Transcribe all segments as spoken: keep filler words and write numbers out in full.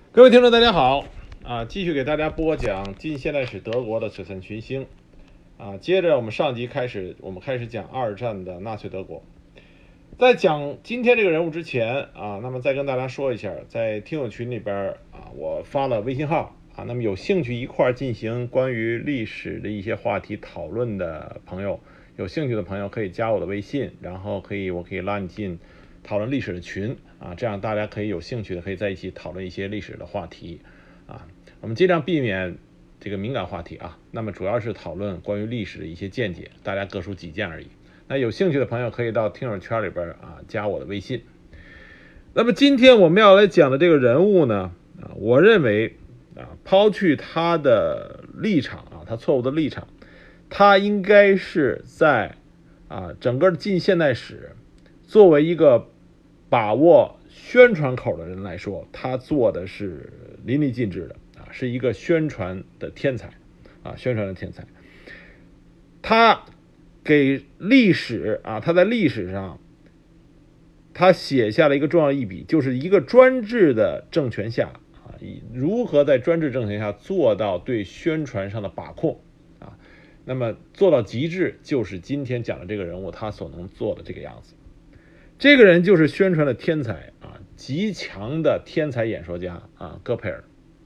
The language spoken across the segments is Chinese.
各位听众大家好啊，继续给大家播讲近现代史德国的璀璨群星啊。接着我们上集开始，我们开始讲二战的纳粹德国。在讲今天这个人物之前啊，那么再跟大家说一下，在听友群里边啊，我发了微信号啊，那么有兴趣一块进行关于历史的一些话题讨论的朋友，有兴趣的朋友可以加我的微信，然后可以我可以拉你进讨论历史的群啊，这样大家可以有兴趣的可以在一起讨论一些历史的话题啊。我们尽量避免这个敏感话题啊，那么主要是讨论关于历史的一些见解，大家各抒己见而已。那有兴趣的朋友可以到听友圈里边啊加我的微信。那么今天我们要来讲的这个人物呢啊，我认为啊，抛去他的立场啊，他错误的立场，他应该是在啊整个近现代史作为一个把握宣传口的人来说，他做的是淋漓尽致的啊，是一个宣传的天才啊，宣传的天才。他给历史啊，他在历史上他写下了一个重要的一笔，就是一个专制的政权下啊，如何在专制政权下做到对宣传上的把控啊，那么做到极致，就是今天讲的这个人物他所能做的这个样子。这个人就是宣传的天才啊，极强的天才演说家啊，戈培尔。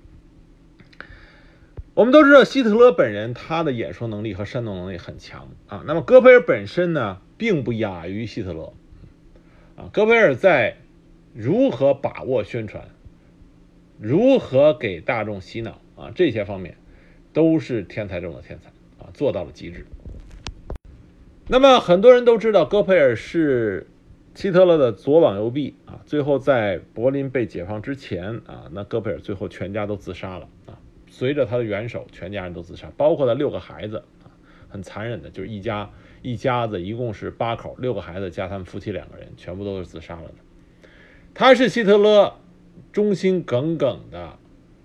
我们都知道希特勒本人他的演说能力和煽动能力很强啊，那么戈培尔本身呢并不亚于希特勒啊。戈培尔在如何把握宣传，如何给大众洗脑啊，这些方面都是天才中的天才啊，做到了极致。那么很多人都知道戈培尔是希特勒的左膀右臂啊，最后在柏林被解放之前啊，那戈培尔最后全家都自杀了啊。随着他的元首，全家人都自杀，包括他六个孩子啊，很残忍的，就是一家一家子一共是八口，六个孩子加他们夫妻两个人，全部都是自杀了的。他是希特勒忠心耿耿的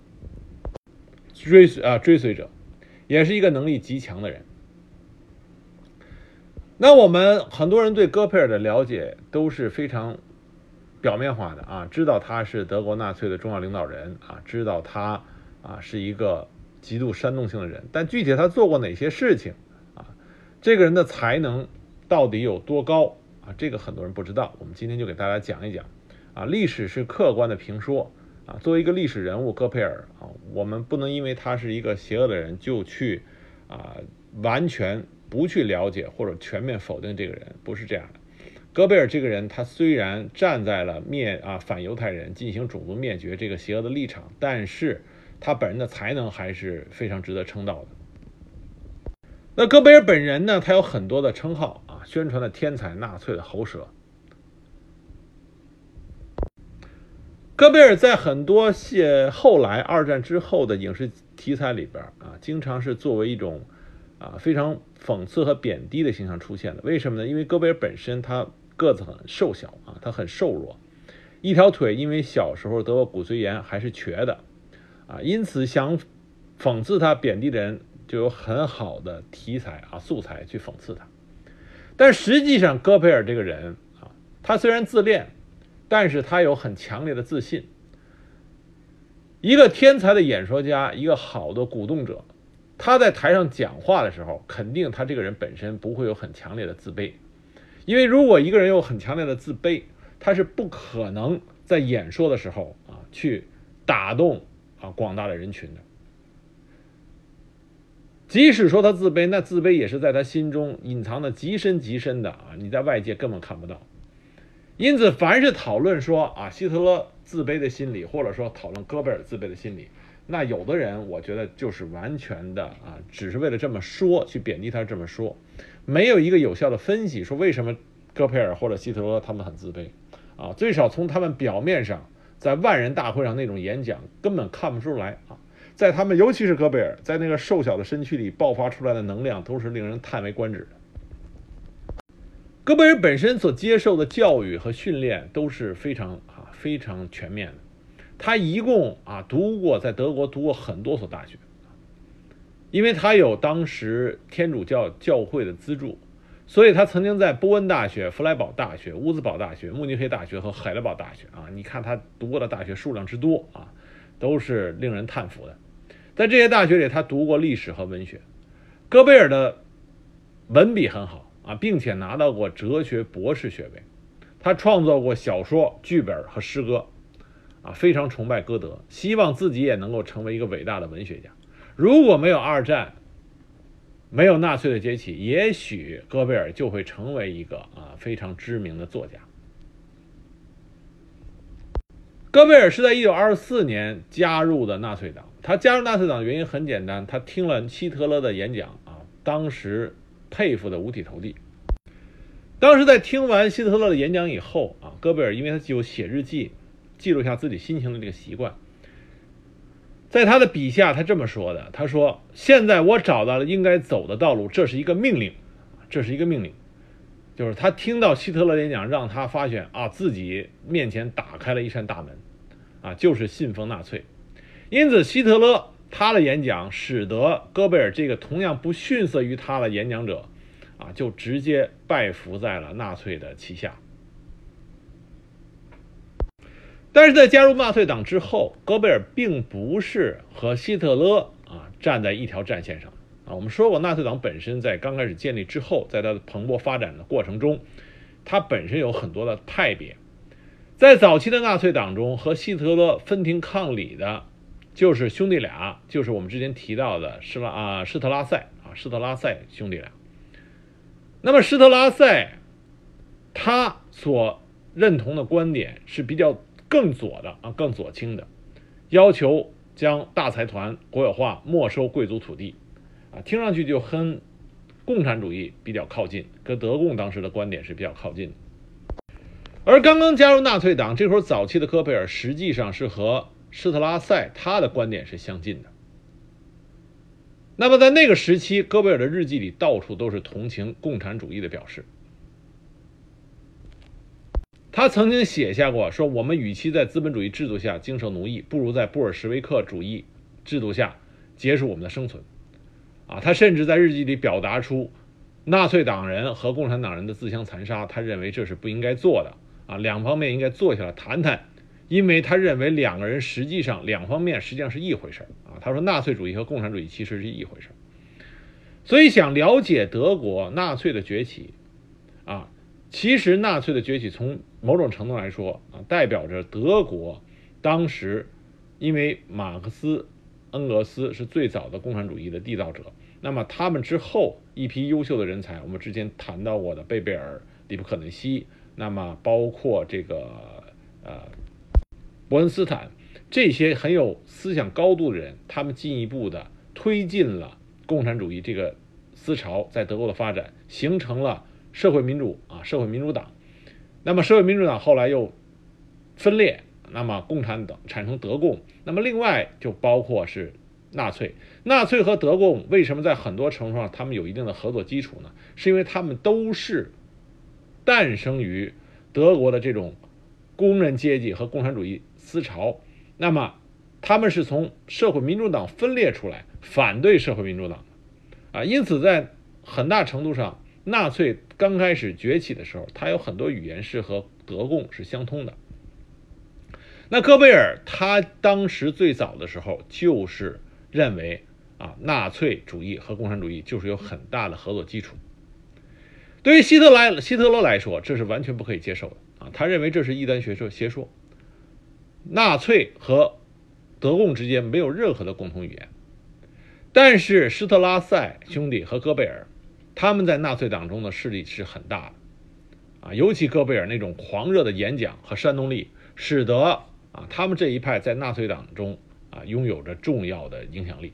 追随啊追随者，也是一个能力极强的人。那我们很多人对戈培尔的了解都是非常表面化的啊，知道他是德国纳粹的重要领导人啊，知道他啊是一个极度煽动性的人，但具体他做过哪些事情啊，这个人的才能到底有多高啊，这个很多人不知道。我们今天就给大家讲一讲啊，历史是客观的评说啊，作为一个历史人物戈培尔啊，我们不能因为他是一个邪恶的人就去啊完全不去了解或者全面否定这个人，不是这样的。戈培尔这个人，他虽然站在了灭啊反犹太人进行种族灭绝这个邪恶的立场，但是他本人的才能还是非常值得称道的。那戈培尔本人呢，他有很多的称号啊，宣传的天才，纳粹的喉舌。戈培尔在很多些后来二战之后的影视题材里边啊，经常是作为一种啊非常讽刺和贬低的形象出现的。为什么呢？因为戈培尔本身他个子很瘦小啊，他很瘦弱，一条腿因为小时候得过骨髓炎还是瘸的啊，因此想讽刺他贬低的人就有很好的题材啊素材去讽刺他。但实际上戈培尔这个人啊，他虽然自恋，但是他有很强烈的自信。一个天才的演说家，一个好的鼓动者，他在台上讲话的时候，肯定他这个人本身不会有很强烈的自卑。因为如果一个人有很强烈的自卑，他是不可能在演说的时候啊去打动啊广大的人群的。即使说他自卑，那自卑也是在他心中隐藏的极深极深的啊，你在外界根本看不到。因此凡是讨论说啊希特勒自卑的心理，或者说讨论戈培尔自卑的心理，那有的人我觉得就是完全的啊只是为了这么说去贬低他，这么说没有一个有效的分析说为什么戈培尔或者希特勒他们很自卑啊，最少从他们表面上在万人大会上那种演讲根本看不出来啊，在他们尤其是戈培尔在那个瘦小的身躯里爆发出来的能量都是令人叹为观止的。戈培尔本身所接受的教育和训练都是非常啊非常全面的，他一共啊读过在德国读过很多所大学，因为他有当时天主教教会的资助，所以他曾经在波恩大学、弗莱堡大学、乌兹堡大学、慕尼黑大学和海德堡大学啊，你看他读过的大学数量之多啊， 都是令人叹服的。在这些大学里，他读过历史和文学。戈贝尔的文笔很好啊，并且拿到过哲学博士学位。他创作过小说、剧本和诗歌，啊，非常崇拜歌德，希望自己也能够成为一个伟大的文学家。如果没有二战，没有纳粹的崛起，也许戈贝尔就会成为一个啊非常知名的作家。戈贝尔是在一九二四年加入的纳粹党。他加入纳粹党的原因很简单，他听了希特勒的演讲啊，当时佩服的五体投地。当时在听完希特勒的演讲以后啊，戈贝尔因为他有写日记记录下自己心情的这个习惯，在他的笔下他这么说的，他说：现在我找到了应该走的道路，这是一个命令，这是一个命令。就是他听到希特勒的演讲，让他发现啊自己面前打开了一扇大门啊，就是信奉纳粹。因此希特勒他的演讲使得戈贝尔这个同样不逊色于他的演讲者啊，就直接拜服在了纳粹的旗下。但是在加入纳粹党之后，戈贝尔并不是和希特勒啊站在一条战线上啊。我们说过，纳粹党本身在刚开始建立之后，在它的蓬勃发展的过程中，它本身有很多的派别。在早期的纳粹党中，和希特勒分庭抗礼的就是兄弟俩，就是我们之前提到的施拉啊施特拉塞啊施特拉塞兄弟俩。那么施特拉塞他所认同的观点是比较更左的啊，更左倾的，要求将大财团国有化，没收贵族土地啊，听上去就跟共产主义比较靠近，跟德共当时的观点是比较靠近的。而刚刚加入纳粹党，这会儿早期的戈贝尔实际上是和施特拉塞他的观点是相近的。那么在那个时期，戈贝尔的日记里到处都是同情共产主义的表示。他曾经写下过说，我们与其在资本主义制度下经受奴役，不如在布尔什维克主义制度下结束我们的生存啊。他甚至在日记里表达出纳粹党人和共产党人的自相残杀，他认为这是不应该做的啊，两方面应该坐下来谈谈，因为他认为两个人实际上两方面实际上是一回事啊。他说纳粹主义和共产主义其实是一回事。所以想了解德国纳粹的崛起啊，其实纳粹的崛起从某种程度来说啊，代表着德国当时因为马克思恩格斯是最早的共产主义的缔造者，那么他们之后一批优秀的人才，我们之前谈到过的贝贝尔、里布可能西，那么包括这个呃伯恩斯坦，这些很有思想高度的人，他们进一步的推进了共产主义这个思潮在德国的发展，形成了社会民主啊社会民主党。那么社会民主党后来又分裂，那么共产党产生德共，那么另外就包括是纳粹。纳粹和德共为什么在很多程度上他们有一定的合作基础呢？是因为他们都是诞生于德国的这种工人阶级和共产主义思潮，那么他们是从社会民主党分裂出来反对社会民主党的啊，因此在很大程度上纳粹刚开始崛起的时候，他有很多语言是和德共是相通的。那戈贝尔他当时最早的时候就是认为啊，纳粹主义和共产主义就是有很大的合作基础。对于希特莱希特勒来说，这是完全不可以接受的啊，他认为这是异端学说邪说，纳粹和德共之间没有任何的共同语言。但是施特拉塞兄弟和戈贝尔他们在纳粹党中的势力是很大的啊，尤其戈贝尔那种狂热的演讲和煽动力，使得啊他们这一派在纳粹党中啊拥有着重要的影响力。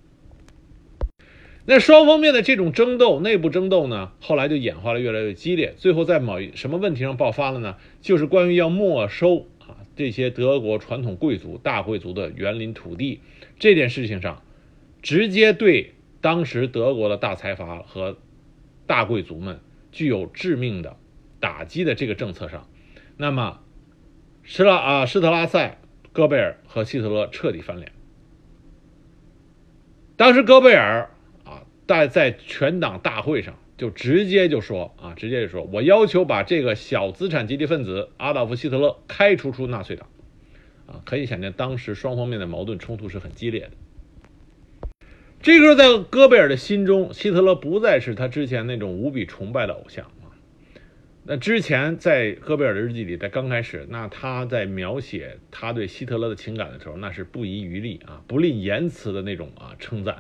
那双方面的这种争斗，内部争斗呢，后来就演化了越来越激烈，最后在某什么问题上爆发了呢？就是关于要没收啊这些德国传统贵族大贵族的园林土地这件事情上，直接对当时德国的大财阀和大贵族们具有致命的打击的这个政策上，那么施拉啊施特拉塞、戈贝尔和希特勒彻底翻脸。当时戈贝尔在在全党大会上就直接就说啊，直接就说，我要求把这个小资产阶级分子阿道夫·希特勒开除出纳粹党啊，可以想见当时双方面的矛盾冲突是很激烈的。这个时候，在戈贝尔的心中，希特勒不再是他之前那种无比崇拜的偶像啊。那之前在戈贝尔的日记里，在刚开始，那他在描写他对希特勒的情感的时候，那是不遗余力啊，不吝言辞的那种啊称赞。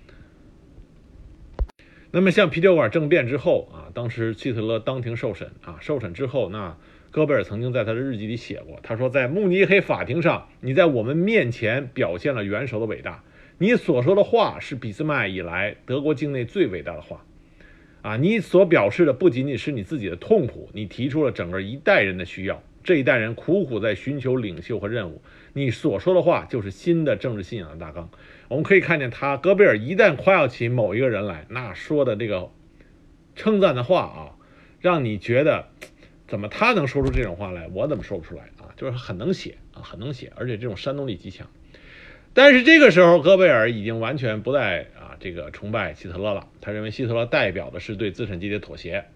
那么像啤酒馆政变之后啊，当时希特勒当庭受审啊，受审之后，那戈贝尔曾经在他的日记里写过，他说在慕尼黑法庭上，你在我们面前表现了元首的伟大。你所说的话是俾斯麦以来德国境内最伟大的话，啊，你所表示的不仅仅是你自己的痛苦，你提出了整个一代人的需要，这一代人苦苦在寻求领袖和任务，你所说的话就是新的政治信仰的大纲。我们可以看见他戈贝尔一旦夸耀起某一个人来，那说的这个称赞的话啊，让你觉得怎么他能说出这种话来，我怎么说不出来啊？就是很能写啊，很能写，而且这种煽动力极强。但是这个时候，戈贝尔已经完全不再啊这个崇拜希特勒了。他认为希特勒代表的是对资产阶级的妥协。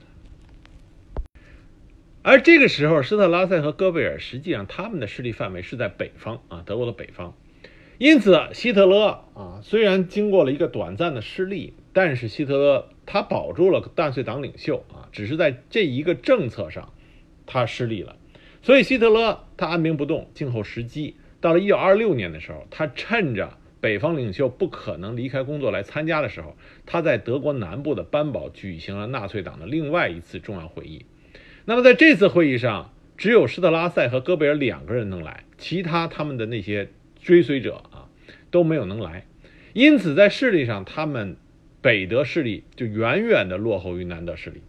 而这个时候，施特拉塞和戈贝尔实际上他们的势力范围是在北方啊，德国的北方。因此，希特勒啊虽然经过了一个短暂的失利，但是希特勒他保住了纳粹党领袖啊，只是在这一个政策上他失利了。所以希特勒他按兵不动，静候时机。到了一九二六年的时候，他趁着北方领袖不可能离开工作来参加的时候，他在德国南部的班堡举行了纳粹党的另外一次重要会议。那么在这次会议上，只有施特拉塞和戈贝尔两个人能来，其他他们的那些追随者啊都没有能来。因此在势力上，他们北德势力就远远的落后于南德势力。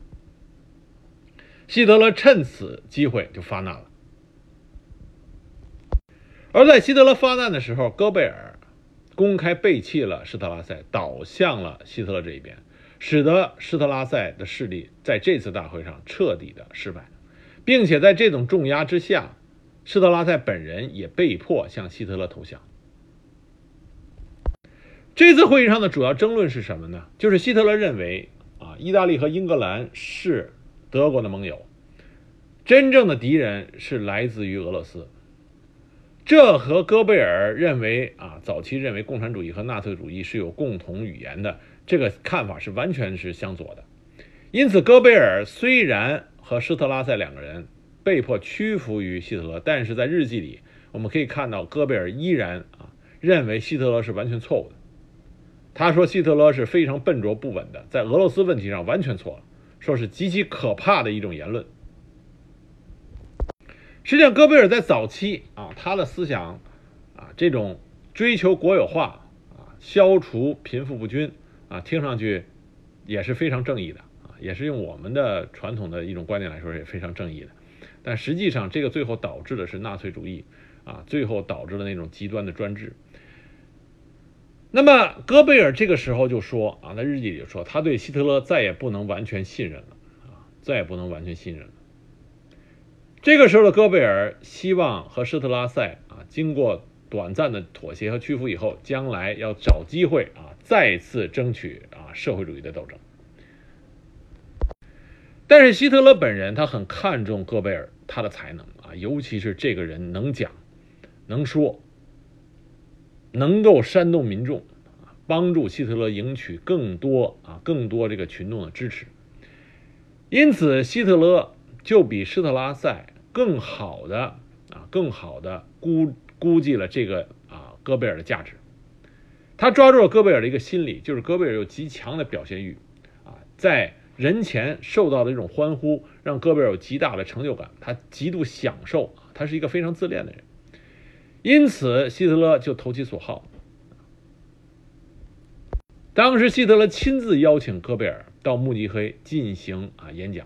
希特勒趁此机会就发难了。而在希特勒发难的时候，戈贝尔公开背弃了施特拉塞，倒向了希特勒这一边，使得施特拉塞的势力在这次大会上彻底的失败，并且在这种重压之下，施特拉塞本人也被迫向希特勒投降。这次会议上的主要争论是什么呢？就是希特勒认为啊，意大利和英格兰是德国的盟友，真正的敌人是来自于俄罗斯。这和戈贝尔认为啊，早期认为共产主义和纳粹主义是有共同语言的这个看法是完全是相左的。因此，戈贝尔虽然和施特拉塞两个人被迫屈服于希特勒，但是在日记里我们可以看到，戈贝尔依然啊认为希特勒是完全错误的。他说希特勒是非常笨拙不稳的，在俄罗斯问题上完全错了，说是极其可怕的一种言论。实际上，戈贝尔在早期啊，他的思想啊，这种追求国有化啊，消除贫富不均啊，听上去也是非常正义的啊，也是用我们的传统的一种观点来说也非常正义的。但实际上，这个最后导致的是纳粹主义啊，最后导致了那种极端的专制。那么，戈贝尔这个时候就说啊，在日记里就说，他对希特勒再也不能完全信任了啊，再也不能完全信任了。这个时候的戈贝尔希望和施特拉塞啊，经过短暂的妥协和屈服以后，将来要找机会啊，再次争取啊社会主义的斗争。但是希特勒本人他很看重戈贝尔他的才能啊，尤其是这个人能讲、能说、能够煽动民众，帮助希特勒赢取更多啊更多这个群众的支持。因此，希特勒就比施特拉塞更好的啊，更好的估估计了这个啊戈贝尔的价值。他抓住了戈贝尔的一个心理，就是戈贝尔有极强的表现欲啊，在人前受到的这种欢呼，让戈贝尔有极大的成就感，他极度享受，他是一个非常自恋的人。因此，希特勒就投其所好。当时，希特勒亲自邀请戈贝尔到慕尼黑进行啊演讲。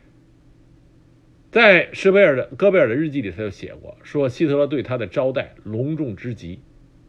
在施贝尔的戈贝尔的日记里，他就写过，说希特勒对他的招待隆重之极，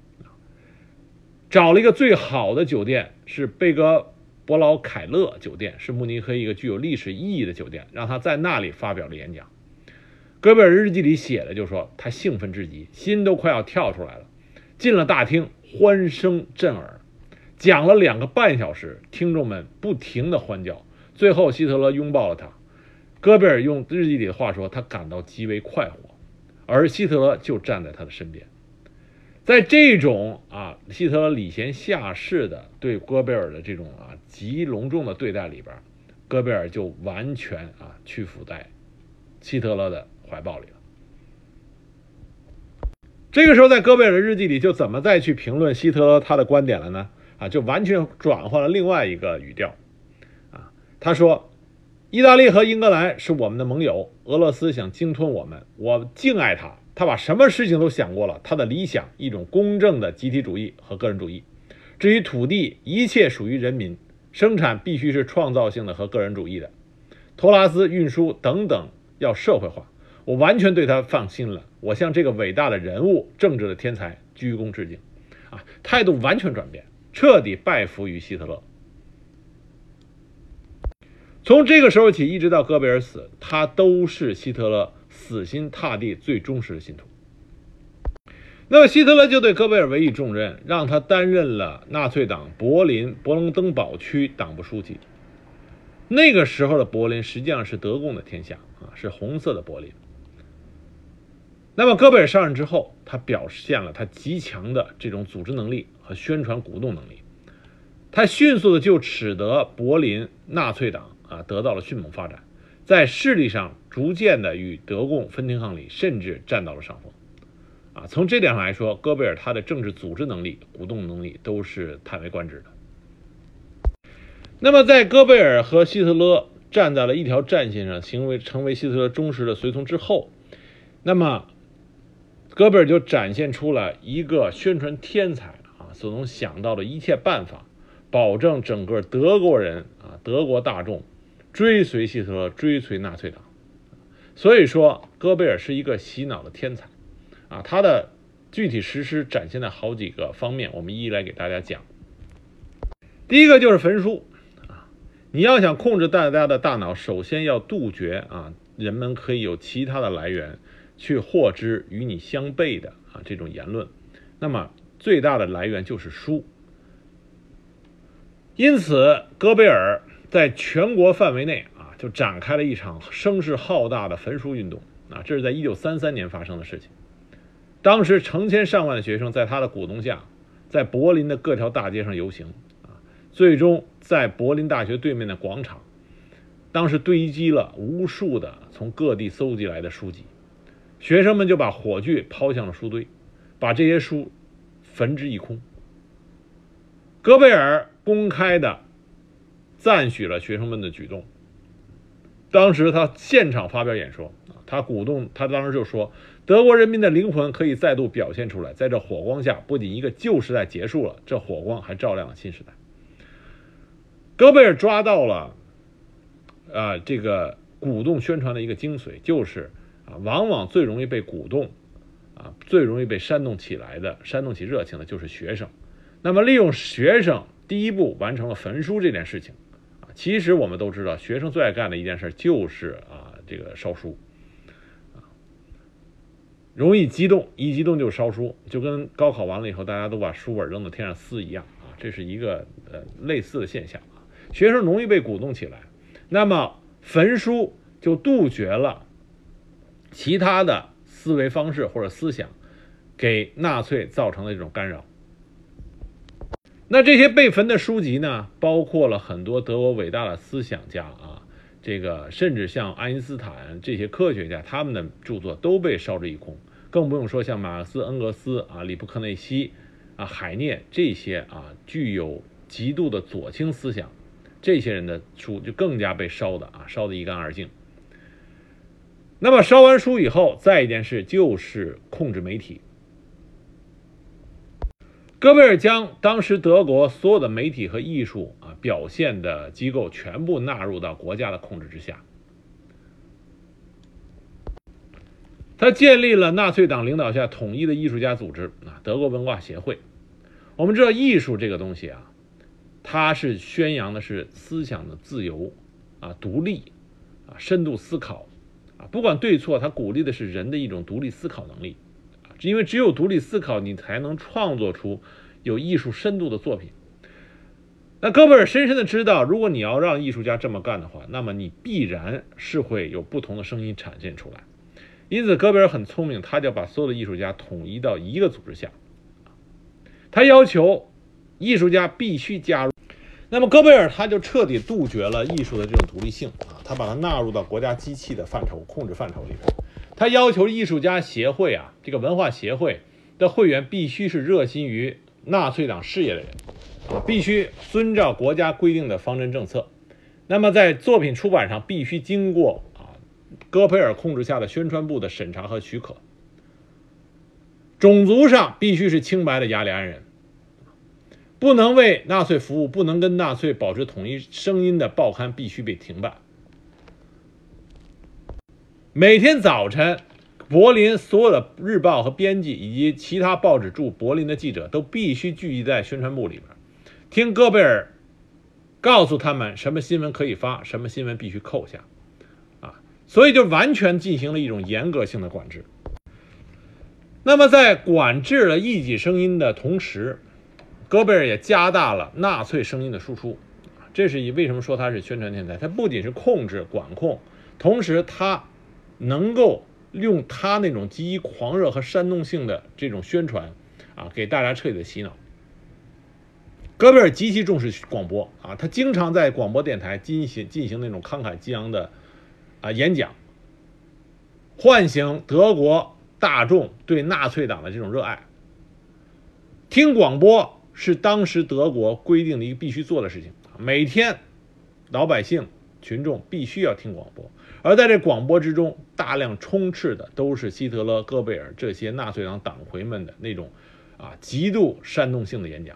找了一个最好的酒店，是贝格伯劳凯勒酒店，是慕尼黑一个具有历史意义的酒店，让他在那里发表了演讲。戈贝尔日记里写的就说，他兴奋至极，心都快要跳出来了。进了大厅，欢声震耳，讲了两个半小时，听众们不停的欢叫。最后，希特勒拥抱了他。戈贝尔用日记里的话说，他感到极为快活， 而希特勒就站在他的身边。在这种啊希特勒礼贤下士的对戈贝尔的这种啊极隆重的对待里边，戈贝尔就完全啊屈服在希特勒的怀抱里了。这个时候在戈贝尔的日记里就怎么再去评论希特勒他的观点了呢？啊，就完全转换了另外一个语调。啊，他说意大利和英格兰是我们的盟友，俄罗斯想鲸吞我们，我敬爱他，他把什么事情都想过了，他的理想一种公正的集体主义和个人主义。至于土地，一切属于人民，生产必须是创造性的和个人主义的，托拉斯运输等等要社会化。我完全对他放心了，我向这个伟大的人物、政治的天才鞠躬致敬。啊，态度完全转变，彻底拜服于希特勒。从这个时候起，一直到戈贝尔死，他都是希特勒死心塌地最忠实的信徒。那么希特勒就对戈贝尔委以重任，让他担任了纳粹党柏林勃兰登堡区党部书记。那个时候的柏林实际上是德共的天下啊，是红色的柏林。那么戈贝尔上任之后，他表现了他极强的这种组织能力和宣传鼓动能力，他迅速的就使得柏林纳粹党啊得到了迅猛发展，在势力上逐渐的与德共分庭抗礼，甚至占到了上风。啊，从这点上来说，戈贝尔他的政治组织能力、鼓动能力都是叹为观止的。那么在戈贝尔和希特勒站在了一条战线上，行为成为希特勒忠实的随从之后，那么戈贝尔就展现出了一个宣传天才啊所能想到的一切办法，保证整个德国人啊德国大众追随希特勒，追随纳粹党。所以说戈贝尔是一个洗脑的天才啊，他的具体实施展现在好几个方面，我们一一来给大家讲。第一个就是焚书啊，你要想控制大家的大脑，首先要杜绝啊人们可以有其他的来源去获知与你相悖的啊这种言论，那么最大的来源就是书。因此戈贝尔在全国范围内啊就展开了一场声势浩大的焚书运动啊，这是在一九三三年发生的事情。当时成千上万的学生在他的鼓动下，在柏林的各条大街上游行啊，最终在柏林大学对面的广场，当时堆积了无数的从各地搜集来的书籍，学生们就把火炬抛向了书堆，把这些书焚之一空。戈贝尔公开的赞许了学生们的举动，当时他现场发表演说，他鼓动，他当时就说，德国人民的灵魂可以再度表现出来，在这火光下，不仅一个旧时代结束了，这火光还照亮了新时代。戈贝尔抓到了啊、呃，这个鼓动宣传的一个精髓，就是啊，往往最容易被鼓动啊，最容易被煽动起来的，煽动起热情的就是学生。那么利用学生第一步完成了焚书这件事情啊，其实我们都知道，学生最爱干的一件事就是啊，这个烧书啊，容易激动，一激动就烧书，就跟高考完了以后大家都把书本扔到天上撕一样啊，这是一个呃类似的现象啊。学生容易被鼓动起来，那么焚书就杜绝了其他的思维方式或者思想给纳粹造成的这种干扰。那这些被焚的书籍呢，包括了很多德国伟大的思想家啊，这个甚至像爱因斯坦这些科学家，他们的著作都被烧之一空，更不用说像马克思、恩格斯啊、里布克内西啊、海涅这些啊具有极度的左倾思想，这些人的书就更加被烧的啊烧得一干二净。那么烧完书以后，再一件事就是控制媒体。戈贝尔将当时德国所有的媒体和艺术啊表现的机构全部纳入到国家的控制之下。他建立了纳粹党领导下统一的艺术家组织啊，德国文化协会。我们知道艺术这个东西啊，它是宣扬的是思想的自由啊、独立啊、深度思考啊，不管对错，它鼓励的是人的一种独立思考能力。因为只有独立思考，你才能创作出有艺术深度的作品。那戈贝尔深深的知道，如果你要让艺术家这么干的话，那么你必然是会有不同的声音产生出来。 因此戈贝尔很聪明，他就把所有的艺术家统一到一个组织下，他要求艺术家必须加入。那么戈贝尔他就彻底杜绝了艺术的这种独立性啊，他把它纳入到国家机器的范畴、控制范畴里边。他要求艺术家协会啊，这个文化协会的会员必须是热心于纳粹党事业的人啊，必须遵照国家规定的方针政策。那么在作品出版上必须经过啊戈贝尔控制下的宣传部的审查和许可。种族上必须是清白的雅利安人。不能为纳粹服务，不能跟纳粹保持统一声音的报刊必须被停办。每天早晨，柏林所有的日报和编辑以及其他报纸驻柏林的记者都必须聚集在宣传部里边，听戈贝尔告诉他们什么新闻可以发，什么新闻必须扣下，啊，所以就完全进行了一种严格性的管制。那么在管制了异己声音的同时，戈贝尔也加大了纳粹声音的输出，这是为什么说他是宣传天才？他不仅是控制管控，同时他能够用他那种极其狂热和煽动性的这种宣传啊，给大家彻底的洗脑。戈贝尔极其重视广播啊，他经常在广播电台进行进行那种慷慨激昂的啊演讲，唤醒德国大众对纳粹党的这种热爱。听广播是当时德国规定的一个必须做的事情，每天老百姓群众必须要听广播，而在这广播之中，大量充斥的都是希特勒、戈贝尔这些纳粹党党魁们的那种啊极度煽动性的演讲。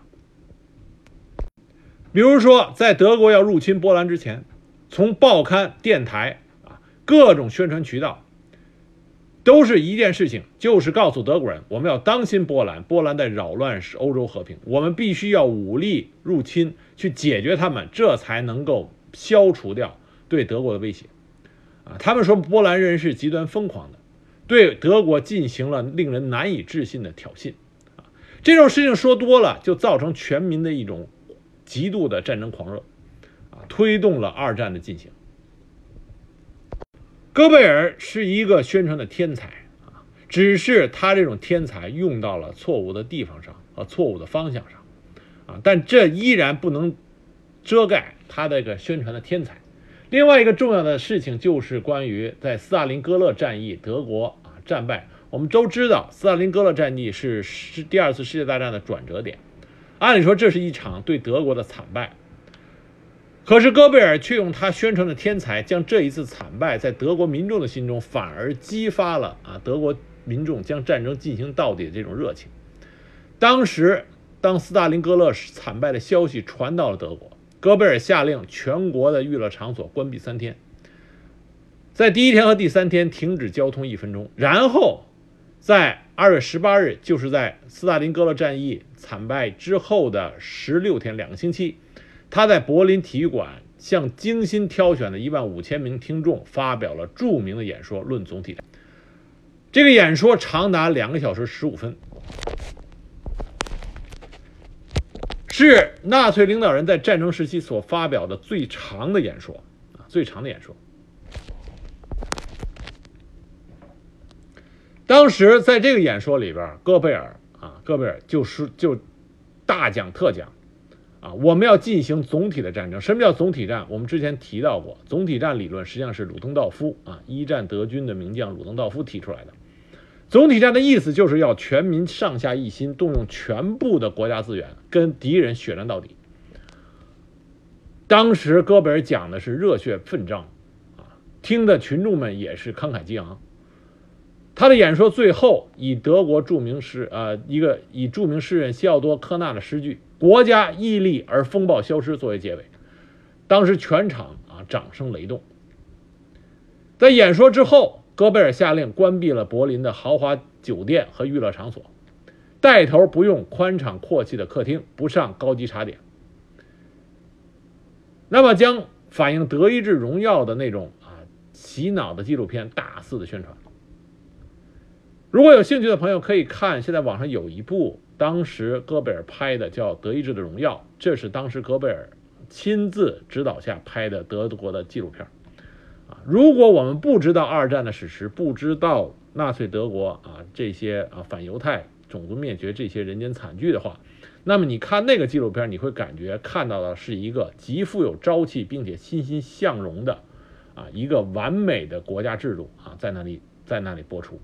比如说，在德国要入侵波兰之前，从报刊、电台啊各种宣传渠道，都是一件事情，就是告诉德国人，我们要当心波兰，波兰在扰乱欧洲和平，我们必须要武力入侵去解决他们，这才能够消除掉对德国的威胁。啊，他们说波兰人是极端疯狂的，对德国进行了令人难以置信的挑衅。啊，这种事情说多了，就造成全民的一种极度的战争狂热，啊，推动了二战的进行。戈贝尔是一个宣传的天才啊，只是他这种天才用到了错误的地方上和错误的方向上啊，但这依然不能遮盖他这个宣传的天才。另外一个重要的事情就是关于在斯大林格勒战役德国啊战败。我们都知道斯大林格勒战役是是第二次世界大战的转折点，按理说这是一场对德国的惨败。可是戈贝尔却用他宣传的天才，将这一次惨败在德国民众的心中反而激发了啊德国民众将战争进行到底的这种热情。当时当斯大林格勒惨败的消息传到了德国，戈贝尔下令全国的娱乐场所关闭三天，在第一天和第三天停止交通一分钟，然后在二月十八日，就是在斯大林格勒战役惨败之后的十六天，两个星期，他在柏林体育馆向精心挑选的一万五千名听众发表了著名的演说，论总体战。这个演说长达两个小时十五分，是纳粹领导人在战争时期所发表的最长的演说啊，最长的演说。当时在这个演说里边，戈贝尔啊，戈贝尔就是就大讲特讲。啊，我们要进行总体的战争。什么叫总体战？我们之前提到过，总体战理论实际上是鲁登道夫啊，一战德军的名将鲁登道夫提出来的。总体战的意思就是要全民上下一心，动用全部的国家资源，跟敌人血战到底。当时戈贝尔讲的是热血奋战啊，听的群众们也是慷慨激昂。他的演说最后以德国著名诗呃一个以著名诗人西奥多·科纳的诗句“国家屹立而风暴消失”作为结尾，当时全场啊掌声雷动。在演说之后，戈贝尔下令关闭了柏林的豪华酒店和娱乐场所，带头不用宽敞阔气的客厅，不上高级茶点。那么将反映德意志荣耀的那种啊洗脑的纪录片大肆的宣传。如果有兴趣的朋友可以看，现在网上有一部当时戈贝尔拍的叫《德意志的荣耀》，这是当时戈贝尔亲自指导下拍的德国的纪录片。啊，如果我们不知道二战的史实，不知道纳粹德国啊这些啊反犹太、种族灭绝这些人间惨剧的话，那么你看那个纪录片，你会感觉看到的是一个极富有朝气并且欣欣向荣的啊一个完美的国家制度啊在那里在那里播出。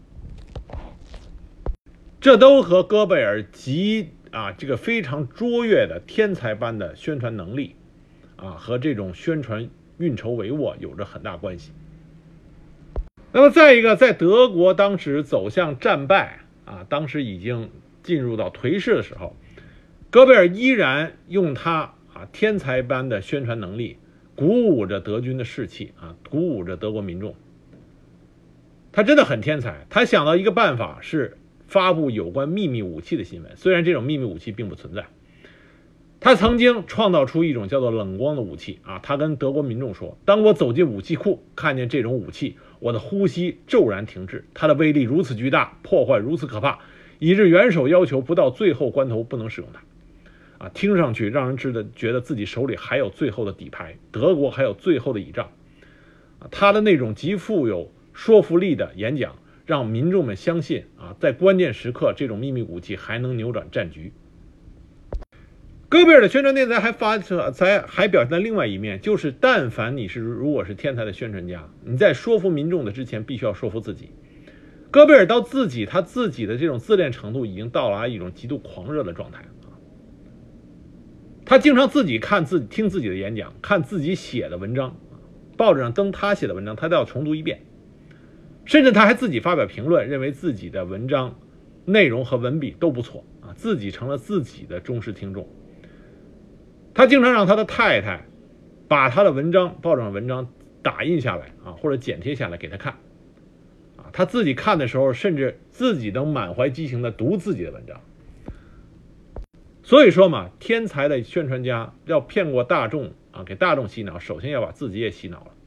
这都和戈贝尔极啊这个非常卓越的天才般的宣传能力啊和这种宣传运筹帷幄有着很大关系。那么再一个，在德国当时走向战败啊，当时已经进入到颓势的时候，戈贝尔依然用他啊天才般的宣传能力鼓舞着德军的士气啊，鼓舞着德国民众。他真的很天才，他想到一个办法是发布有关秘密武器的新闻，虽然这种秘密武器并不存在。他曾经创造出一种叫做冷光的武器啊，他跟德国民众说，当我走进武器库看见这种武器，我的呼吸骤然停滞，它的威力如此巨大，破坏如此可怕，以致元首要求不到最后关头不能使用它啊，听上去让人知道觉得自己手里还有最后的底牌，德国还有最后的倚仗啊，他的那种极富有说服力的演讲让民众们相信啊，在关键时刻这种秘密武器还能扭转战局。戈贝尔的宣传天才还发才还表现在另外一面，就是但凡你是如果是天才的宣传家，你在说服民众的之前必须要说服自己。戈贝尔到自己他自己的这种自恋程度已经到达一种极度狂热的状态，他经常自己看自己听自己的演讲，看自己写的文章，报纸上登他写的文章他都要重读一遍，甚至他还自己发表评论，认为自己的文章内容和文笔都不错啊，自己成了自己的忠实听众。他经常让他的太太把他的文章报纸上文章打印下来啊，或者剪贴下来给他看啊，他自己看的时候甚至自己能满怀激情的读自己的文章。所以说嘛，天才的宣传家要骗过大众啊，给大众洗脑，首先要把自己也洗脑了。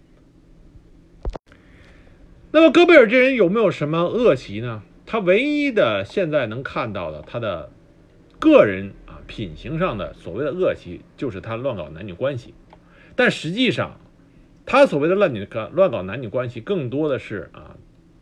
那么戈贝尔这人有没有什么恶习呢？他唯一的现在能看到的他的个人啊品行上的所谓的恶习，就是他乱搞男女关系。但实际上他所谓的乱女乱搞男女关系更多的是啊，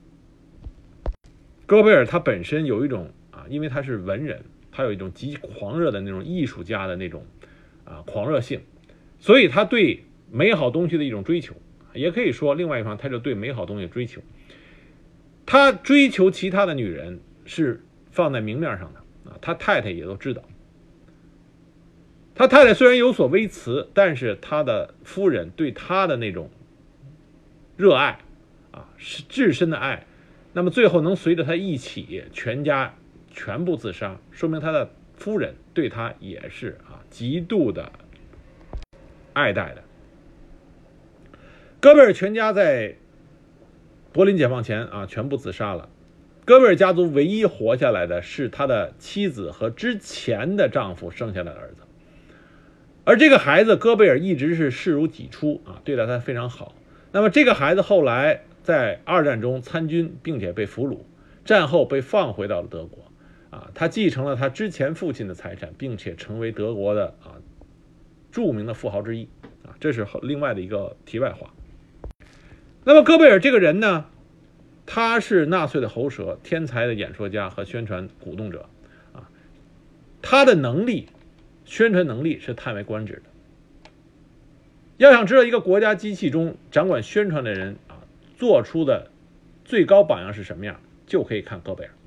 戈贝尔他本身有一种啊，因为他是文人，他有一种极狂热的那种艺术家的那种啊狂热性，所以他对美好东西的一种追求，也可以说另外一方他就对美好东西的追求。他追求其他的女人是放在明面上的啊，他太太也都知道。他太太虽然有所微词，但是他的夫人对他的那种热爱啊，是至深的爱，那么最后能随着他一起全家全部自杀，说明他的夫人对他也是啊极度的爱戴的。戈贝尔全家在柏林解放前啊全部自杀了。戈贝尔家族唯一活下来的是他的妻子和之前的丈夫生下来的儿子，而这个孩子戈贝尔一直是视如己出啊，对待他非常好。那么这个孩子后来在二战中参军，并且被俘虏，战后被放回到了德国啊，他继承了他之前父亲的财产，并且成为德国的啊著名的富豪之一啊，这是另外的一个题外话。那么戈贝尔这个人呢，他是纳粹的喉舌，天才的演说家和宣传鼓动者啊，他的能力宣传能力是叹为观止的。要想知道一个国家机器中掌管宣传的人啊做出的最高榜样是什么样，就可以看戈贝尔。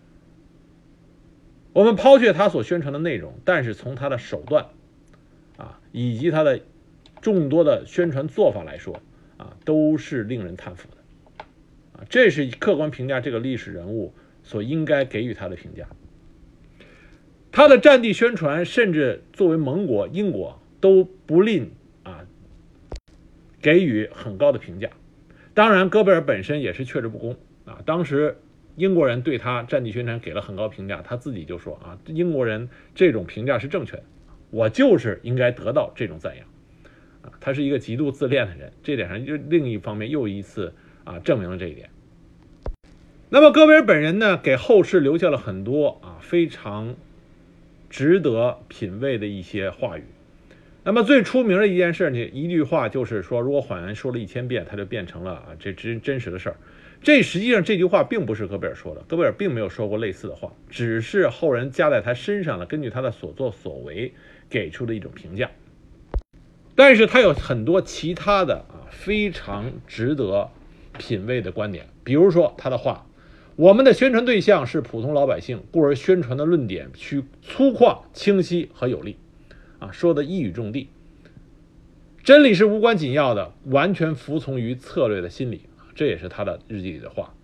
我们抛却他所宣传的内容，但是从他的手段啊以及他的众多的宣传做法来说啊，都是令人叹服的啊，这是客观评价这个历史人物所应该给予他的评价。他的战地宣传，甚至作为盟国英国都不吝啊给予很高的评价。当然戈贝尔本身也是却之不恭啊，当时英国人对他战地宣传给了很高评价，他自己就说啊，英国人这种评价是正确的，我就是应该得到这种赞扬啊，他是一个极度自恋的人，这点上就另一方面又一次啊证明了这一点。那么戈贝尔本人呢，给后世留下了很多啊非常值得品味的一些话语。那么最出名的一件事呢，一句话就是说，如果谎言说了一千遍，它就变成了啊这真真实的事儿。 这实际上这句话并不是戈贝尔说的，戈贝尔并没有说过类似的话，只是后人加在他身上了，根据他的所作所为给出的一种评价。但是他有很多其他的啊非常值得品味的观点，比如说他的话，我们的宣传对象是普通老百姓，故而宣传的论点需粗犷、清晰和有力，啊，说的一语中的。真理是无关紧要的，完全服从于策略的心理，这也是他的日记里的话。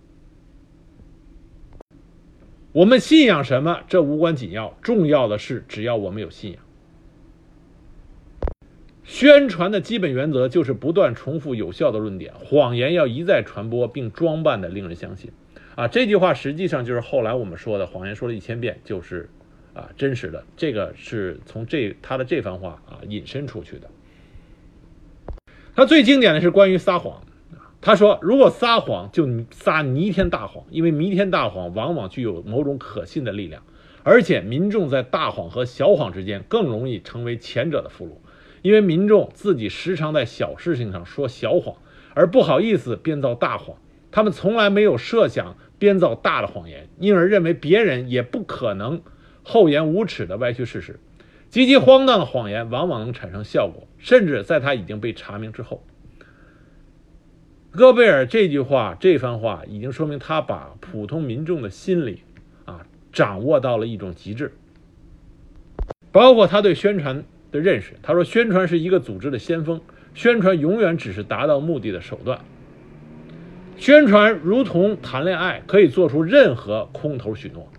我们信仰什么，这无关紧要，重要的是只要我们有信仰。宣传的基本原则就是不断重复有效的论点，谎言要一再传播，并装扮的令人相信。啊，这句话实际上就是后来我们说的谎言说了一千遍就是啊真实的，这个是从这他的这番话啊引申出去的。他最经典的是关于撒谎，他说如果撒谎就撒弥天大谎，因为弥天大谎往往具有某种可信的力量，而且民众在大谎和小谎之间更容易成为前者的俘虏，因为民众自己时常在小事情上说小谎，而不好意思编造大谎，他们从来没有设想编造大的谎言，因而认为别人也不可能厚颜无耻地歪曲事实。极其荒诞的谎言往往能产生效果，甚至在他已经被查明之后。戈贝尔这句话这番话已经说明他把普通民众的心理啊掌握到了一种极致，包括他对宣传的认识。他说宣传是一个组织的先锋，宣传永远只是达到目的的手段，宣传如同谈恋爱，可以做出任何空头许诺。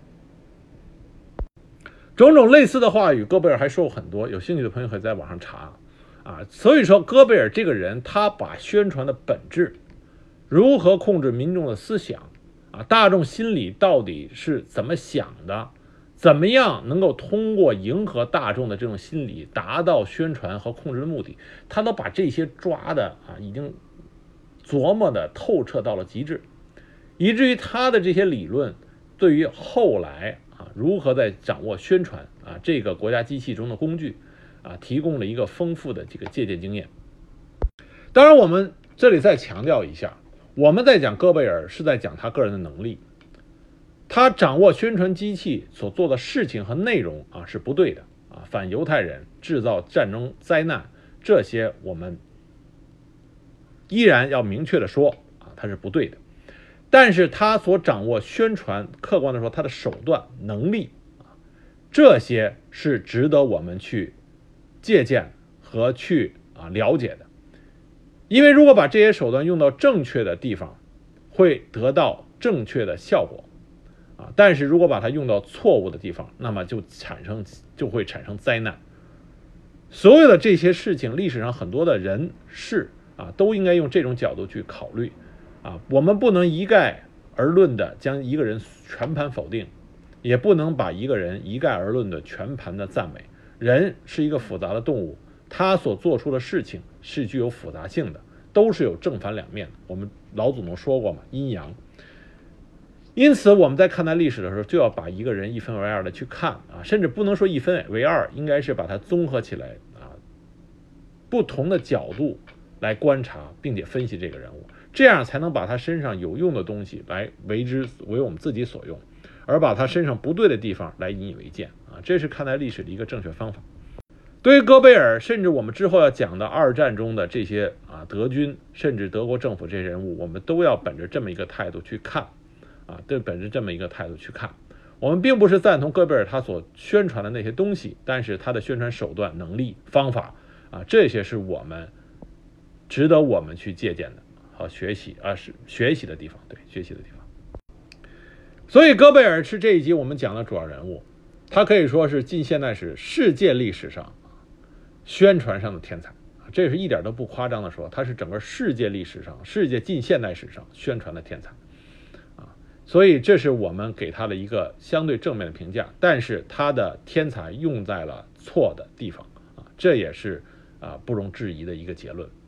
种种类似的话语戈贝尔还说过很多，有兴趣的朋友可以在网上查啊。所以说戈贝尔这个人，他把宣传的本质，如何控制民众的思想啊，大众心理到底是怎么想的，怎么样能够通过迎合大众的这种心理达到宣传和控制的目的，他都把这些抓的啊已经琢磨的透彻到了极致，以至于他的这些理论对于后来啊如何在掌握宣传啊这个国家机器中的工具啊提供了一个丰富的这个借鉴经验。当然我们这里再强调一下，我们在讲戈贝尔是在讲他个人的能力，他掌握宣传机器所做的事情和内容啊是不对的啊，反犹太人、制造战争灾难，这些我们依然要明确的说啊，他是不对的。但是他所掌握宣传，客观的说他的手段能力啊，这些是值得我们去借鉴和去啊了解的。因为如果把这些手段用到正确的地方，会得到正确的效果啊，但是如果把它用到错误的地方，那么就产生就会产生灾难。所有的这些事情，历史上很多的人事啊，都应该用这种角度去考虑啊。我们不能一概而论的将一个人全盘否定，也不能把一个人一概而论的全盘的赞美。人是一个复杂的动物，他所做出的事情是具有复杂性的，都是有正反两面的。我们老祖宗说过嘛，阴阳。因此我们在看待历史的时候，就要把一个人一分为二的去看啊，甚至不能说一分为二，应该是把它综合起来啊，不同的角度来观察并且分析这个人物，这样才能把他身上有用的东西来为之为我们自己所用，而把他身上不对的地方来引以为鉴啊，这是看待历史的一个正确方法。对于戈贝尔，甚至我们之后要讲的二战中的这些啊德军，甚至德国政府这些人物，我们都要本着这么一个态度去看啊，对，本着这么一个态度去看。我们并不是赞同戈贝尔他所宣传的那些东西，但是他的宣传手段、能力、方法啊，这些是我们值得我们去借鉴的和学习啊，是学习的地方，对，学习的地方。所以戈贝尔是这一集我们讲的主要人物，他可以说是近现代史世界历史上宣传上的天才，这是一点都不夸张的说，他是整个世界历史上、世界近现代史上宣传的天才啊，所以这是我们给他的一个相对正面的评价。但是他的天才用在了错的地方啊，这也是啊不容置疑的一个结论。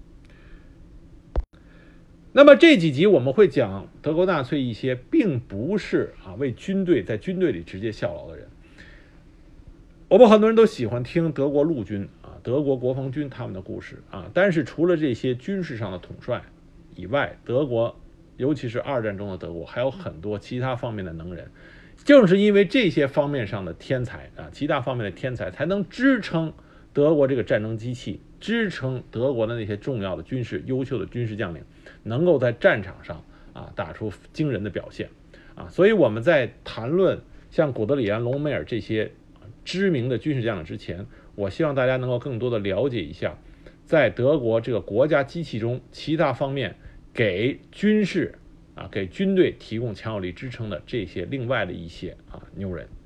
那么这几集我们会讲德国纳粹一些并不是啊为军队在军队里直接效劳的人。我们很多人都喜欢听德国陆军啊、德国国防军他们的故事啊，但是除了这些军事上的统帅以外，德国尤其是二战中的德国还有很多其他方面的能人。正是因为这些方面上的天才啊，其他方面的天才才能支撑德国这个战争机器，支撑德国的那些重要的军事优秀的军事将领能够在战场上啊打出惊人的表现啊。所以我们在谈论像古德里安、隆美尔这些知名的军事将领之前，我希望大家能够更多的了解一下在德国这个国家机器中其他方面给军事啊给军队提供强有力支撑的这些另外的一些啊牛人。